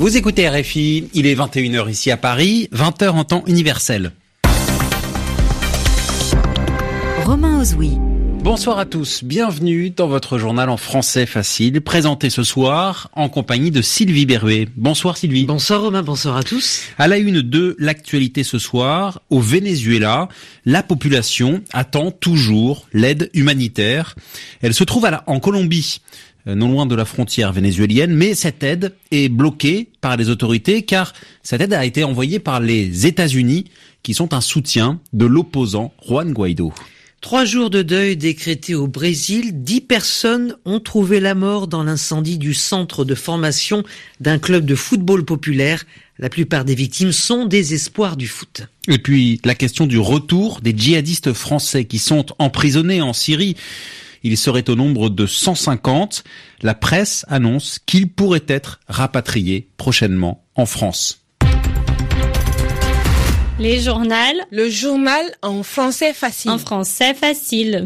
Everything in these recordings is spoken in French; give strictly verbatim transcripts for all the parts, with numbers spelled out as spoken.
Vous écoutez R F I, il est vingt et une heures ici à Paris, vingt heures en temps universel. Romain Ozoui. Bonsoir à tous, bienvenue dans votre journal en français facile, présenté ce soir en compagnie de Sylvie Berruet. Bonsoir Sylvie. Bonsoir Romain, bonsoir à tous. À la une de l'actualité ce soir, au Venezuela, la population attend toujours l'aide humanitaire. Elle se trouve à la, en Colombie, non loin de la frontière vénézuélienne, mais cette aide est bloquée par les autorités car cette aide a été envoyée par les États-Unis qui sont un soutien de l'opposant Juan Guaidó. Trois jours de deuil décrétés au Brésil. Dix personnes ont trouvé la mort dans l'incendie du centre de formation d'un club de football populaire. La plupart des victimes sont des espoirs du foot. Et puis, la question du retour des djihadistes français qui sont emprisonnés en Syrie. Ils seraient au nombre de cent cinquante. La presse annonce qu'ils pourraient être rapatriés prochainement en France. Les journaux. Le journal en français facile. En français facile.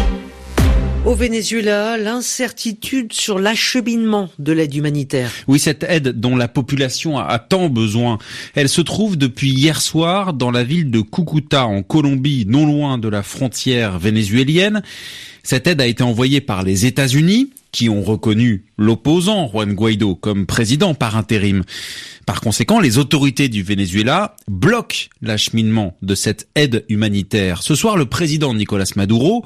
Au Venezuela, l'incertitude sur l'acheminement de l'aide humanitaire. Oui, cette aide dont la population a tant besoin, elle se trouve depuis hier soir dans la ville de Cúcuta en Colombie, non loin de la frontière vénézuélienne. Cette aide a été envoyée par les États-Unis, qui ont reconnu l'opposant Juan Guaidó comme président par intérim. Par conséquent, les autorités du Venezuela bloquent l'acheminement de cette aide humanitaire. Ce soir, le président Nicolás Maduro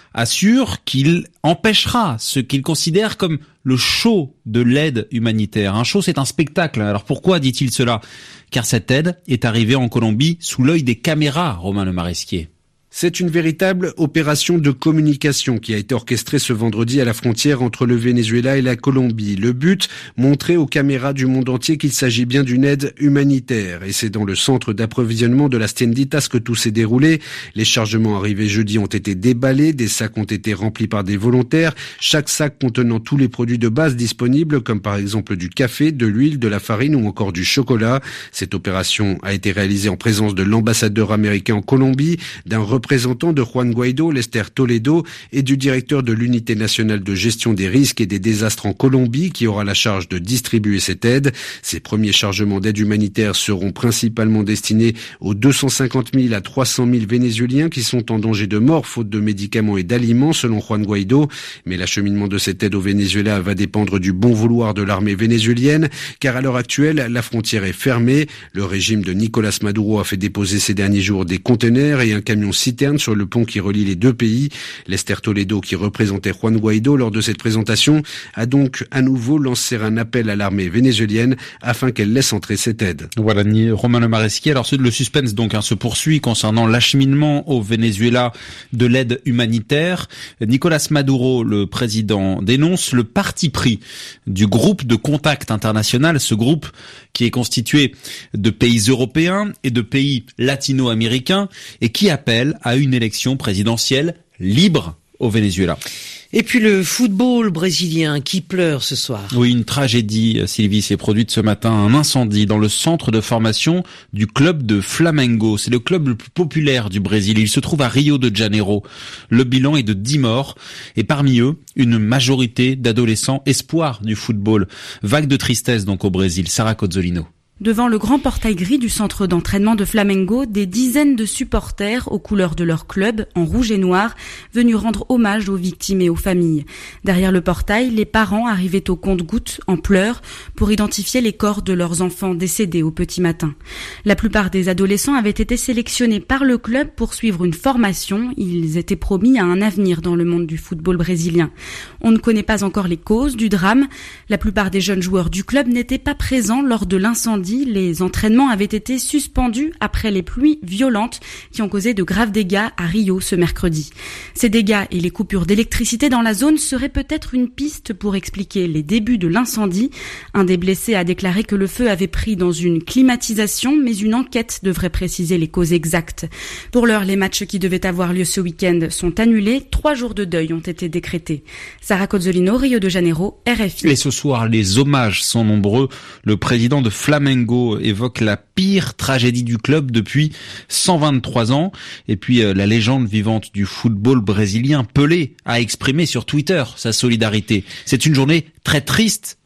assure qu'il empêchera ce qu'il considère comme le show de l'aide humanitaire. Un show, c'est un spectacle. Alors pourquoi dit-il cela ? Car cette aide est arrivée en Colombie sous l'œil des caméras, Romain Le Maresquier. C'est une véritable opération de communication qui a été orchestrée ce vendredi à la frontière entre le Venezuela et la Colombie. Le but, montrer aux caméras du monde entier qu'il s'agit bien d'une aide humanitaire. Et c'est dans le centre d'approvisionnement de las Tienditas que tout s'est déroulé. Les chargements arrivés jeudi ont été déballés, des sacs ont été remplis par des volontaires, chaque sac contenant tous les produits de base disponibles, comme par exemple du café, de l'huile, de la farine ou encore du chocolat. Cette opération a été réalisée en présence de l'ambassadeur américain en Colombie, d'un représentant de Juan Guaidó, Lester Toledo, et du directeur de l'unité nationale de gestion des risques et des désastres en Colombie, qui aura la charge de distribuer cette aide. Ces premiers chargements d'aide humanitaire seront principalement destinés aux deux cent cinquante mille à trois cent mille Vénézuéliens qui sont en danger de mort faute de médicaments et d'aliments, selon Juan Guaidó. Mais l'acheminement de cette aide au Venezuela va dépendre du bon vouloir de l'armée vénézuélienne, car à l'heure actuelle, la frontière est fermée. Le régime de Nicolás Maduro a fait déposer ces derniers jours des conteneurs et un camion citerne sur le pont qui relie les deux pays. Lester Toledo, qui représentait Juan Guaidó lors de cette présentation, a donc à nouveau lancé un appel à l'armée vénézuélienne afin qu'elle laisse entrer cette aide. Voilà, Romain Le Maresquier. Alors le suspense donc hein, se poursuit concernant l'acheminement au Venezuela de l'aide humanitaire. Nicolás Maduro, le président, dénonce le parti pris du groupe de contact international, ce groupe qui est constitué de pays européens et de pays latino-américains et qui appelle à une élection présidentielle libre au Venezuela. Et puis le football brésilien qui pleure ce soir. Oui, une tragédie, Sylvie, s'est produite ce matin. Un incendie dans le centre de formation du club de Flamengo. C'est le club le plus populaire du Brésil. Il se trouve à Rio de Janeiro. Le bilan est de dix morts. Et parmi eux, une majorité d'adolescents espoirs du football. Vague de tristesse donc au Brésil. Sarah Cozzolino. Devant le grand portail gris du centre d'entraînement de Flamengo, des dizaines de supporters aux couleurs de leur club, en rouge et noir, venus rendre hommage aux victimes et aux familles. Derrière le portail, les parents arrivaient au compte-gouttes, en pleurs, pour identifier les corps de leurs enfants décédés au petit matin. La plupart des adolescents avaient été sélectionnés par le club pour suivre une formation. Ils étaient promis à un avenir dans le monde du football brésilien. On ne connaît pas encore les causes du drame. La plupart des jeunes joueurs du club n'étaient pas présents lors de l'incendie. Les entraînements avaient été suspendus après les pluies violentes qui ont causé de graves dégâts à Rio ce mercredi. Ces dégâts et les coupures d'électricité dans la zone seraient peut-être une piste pour expliquer les débuts de l'incendie. Un des blessés a déclaré que le feu avait pris dans une climatisation, mais une enquête devrait préciser les causes exactes. Pour l'heure, les matchs qui devaient avoir lieu ce week-end sont annulés. Trois jours de deuil ont été décrétés. Sarah Cozzolino, Rio de Janeiro, R F I. Et ce soir, les hommages sont nombreux. Le président de Flamengo évoque la pire tragédie du club depuis cent vingt-trois ans. Et puis euh, la légende vivante du football brésilien, Pelé, a exprimé sur Twitter sa solidarité. C'est une journée très triste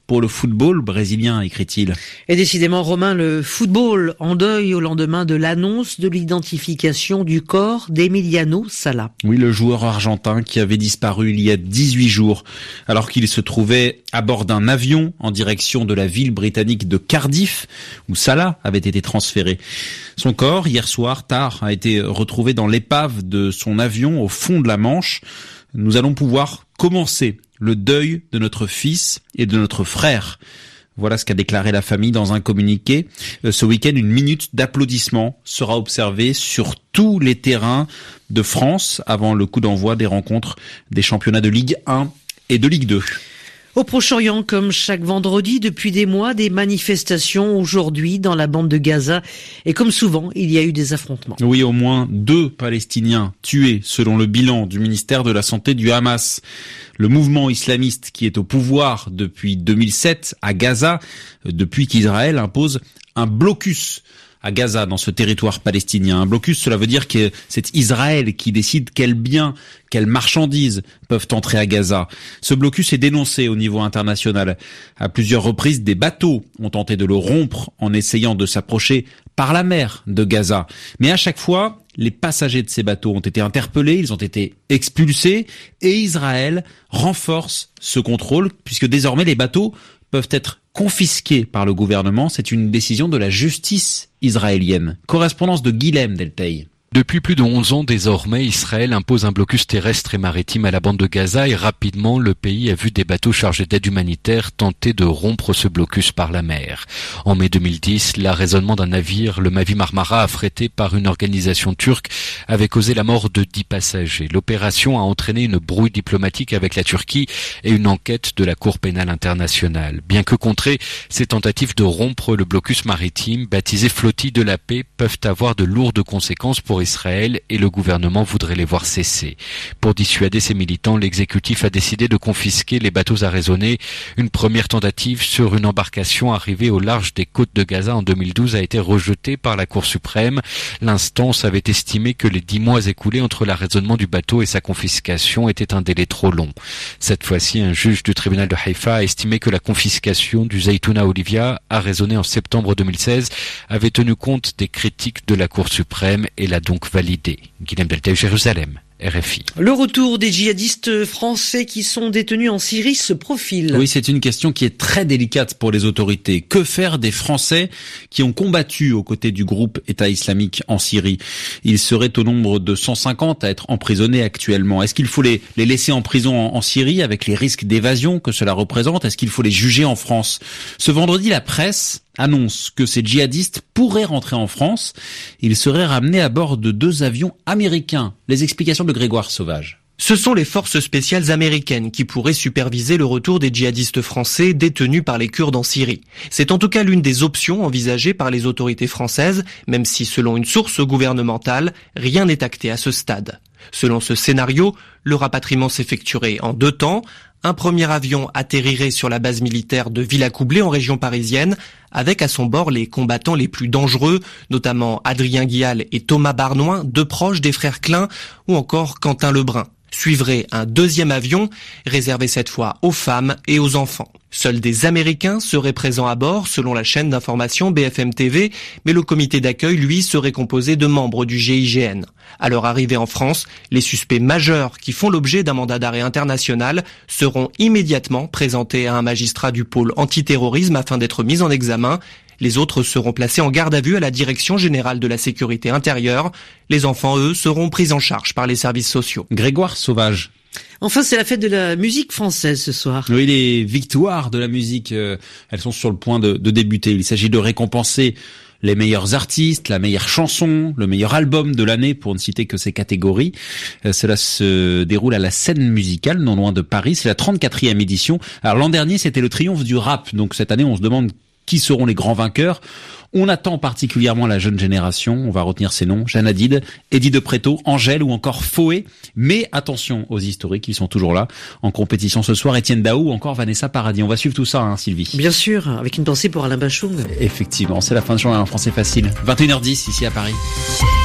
pour le football brésilien, écrit-il. Et décidément, Romain, le football en deuil au lendemain de l'annonce de l'identification du corps d'Emiliano Sala. Oui, le joueur argentin qui avait disparu il y a dix-huit jours, alors qu'il se trouvait à bord d'un avion en direction de la ville britannique de Cardiff, où Sala avait été transféré. Son corps, hier soir, tard, a été retrouvé dans l'épave de son avion au fond de la Manche. Nous allons pouvoir commencer le deuil de notre fils et de notre frère. Voilà ce qu'a déclaré la famille dans un communiqué. Ce week-end, une minute d'applaudissement sera observée sur tous les terrains de France avant le coup d'envoi des rencontres des championnats de Ligue un et de Ligue deux. Au Proche-Orient, comme chaque vendredi depuis des mois, des manifestations aujourd'hui dans la bande de Gaza. Et comme souvent, il y a eu des affrontements. Oui, au moins deux Palestiniens tués selon le bilan du ministère de la Santé du Hamas. Le mouvement islamiste qui est au pouvoir depuis deux mille sept à Gaza, depuis qu'Israël impose un blocus à Gaza, dans ce territoire palestinien. Un blocus, cela veut dire que c'est Israël qui décide quels biens, quelles marchandises peuvent entrer à Gaza. Ce blocus est dénoncé au niveau international. À plusieurs reprises, des bateaux ont tenté de le rompre en essayant de s'approcher par la mer de Gaza. Mais à chaque fois, les passagers de ces bateaux ont été interpellés, ils ont été expulsés et Israël renforce ce contrôle puisque désormais les bateaux peuvent être confisqués par le gouvernement. C'est une décision de la justice israélienne. Correspondance de Guilhem Delteil. Depuis plus de onze ans désormais, Israël impose un blocus terrestre et maritime à la bande de Gaza et rapidement le pays a vu des bateaux chargés d'aide humanitaire tenter de rompre ce blocus par la mer. En mai deux mille dix, l'arraisonnement d'un navire, le Mavi Marmara, affrété par une organisation turque, avait causé la mort de dix passagers. L'opération a entraîné une brouille diplomatique avec la Turquie et une enquête de la Cour pénale internationale. Bien que contrées, ces tentatives de rompre le blocus maritime, baptisé flottille de la paix, peuvent avoir de lourdes conséquences pour Israël et le gouvernement voudrait les voir cesser. Pour dissuader ces militants, l'exécutif a décidé de confisquer les bateaux arraisonnés. Une première tentative sur une embarcation arrivée au large des côtes de Gaza en deux mille douze a été rejetée par la Cour suprême. L'instance avait estimé que les dix mois écoulés entre l'arraisonnement du bateau et sa confiscation étaient un délai trop long. Cette fois-ci, un juge du tribunal de Haïfa a estimé que la confiscation du Zaytouna Olivia, arraisonné en septembre deux mille seize, avait tenu compte des critiques de la Cour suprême et l'a donc validé. Guilhem Delteil, Jérusalem, R F I. Le retour des djihadistes français qui sont détenus en Syrie se profile. Oui, c'est une question qui est très délicate pour les autorités. Que faire des Français qui ont combattu aux côtés du groupe État islamique en Syrie? Ils seraient au nombre de cent cinquante à être emprisonnés actuellement. Est-ce qu'il faut les, les laisser en prison en, en Syrie avec les risques d'évasion que cela représente? Est-ce qu'il faut les juger en France? Ce vendredi, la presse annonce que ces djihadistes pourraient rentrer en France. Ils seraient ramenés à bord de deux avions américains. Les explications de Grégoire Sauvage. Ce sont les forces spéciales américaines qui pourraient superviser le retour des djihadistes français détenus par les Kurdes en Syrie. C'est en tout cas l'une des options envisagées par les autorités françaises, même si selon une source gouvernementale, rien n'est acté à ce stade. Selon ce scénario, le rapatriement s'effectuerait en deux temps. Un premier avion atterrirait sur la base militaire de Villacoublay en région parisienne, avec à son bord les combattants les plus dangereux, notamment Adrien Guial et Thomas Barnoin, deux proches des frères Klein, ou encore Quentin Lebrun. Suivrait un deuxième avion, réservé cette fois aux femmes et aux enfants. Seuls des Américains seraient présents à bord, selon la chaîne d'information B F M T V, mais le comité d'accueil, lui, serait composé de membres du G I G N. À leur arrivée en France, les suspects majeurs qui font l'objet d'un mandat d'arrêt international seront immédiatement présentés à un magistrat du pôle antiterrorisme afin d'être mis en examen. Les autres seront placés en garde à vue à la Direction générale de la sécurité intérieure. Les enfants, eux, seront pris en charge par les services sociaux. Grégoire Sauvage. Enfin, c'est la fête de la musique française ce soir. Oui, les victoires de la musique, euh, elles sont sur le point de, de débuter. Il s'agit de récompenser les meilleurs artistes, la meilleure chanson, le meilleur album de l'année, pour ne citer que ces catégories. Euh, cela se déroule à la Scène Musicale, non loin de Paris. C'est la trente-quatrième édition. Alors l'an dernier, c'était le triomphe du rap. Donc cette année, on se demande qui seront les grands vainqueurs. On attend particulièrement la jeune génération. On va retenir ces noms. Jeanne Hadid, Eddie de Pretto, Angèle ou encore Foé. Mais attention aux historiques, ils sont toujours là. En compétition ce soir, Étienne Dao ou encore Vanessa Paradis. On va suivre tout ça, hein, Sylvie. Bien sûr, avec une pensée pour Alain Bachung. Effectivement, c'est la fin de journée en français facile. vingt et une heures dix ici à Paris.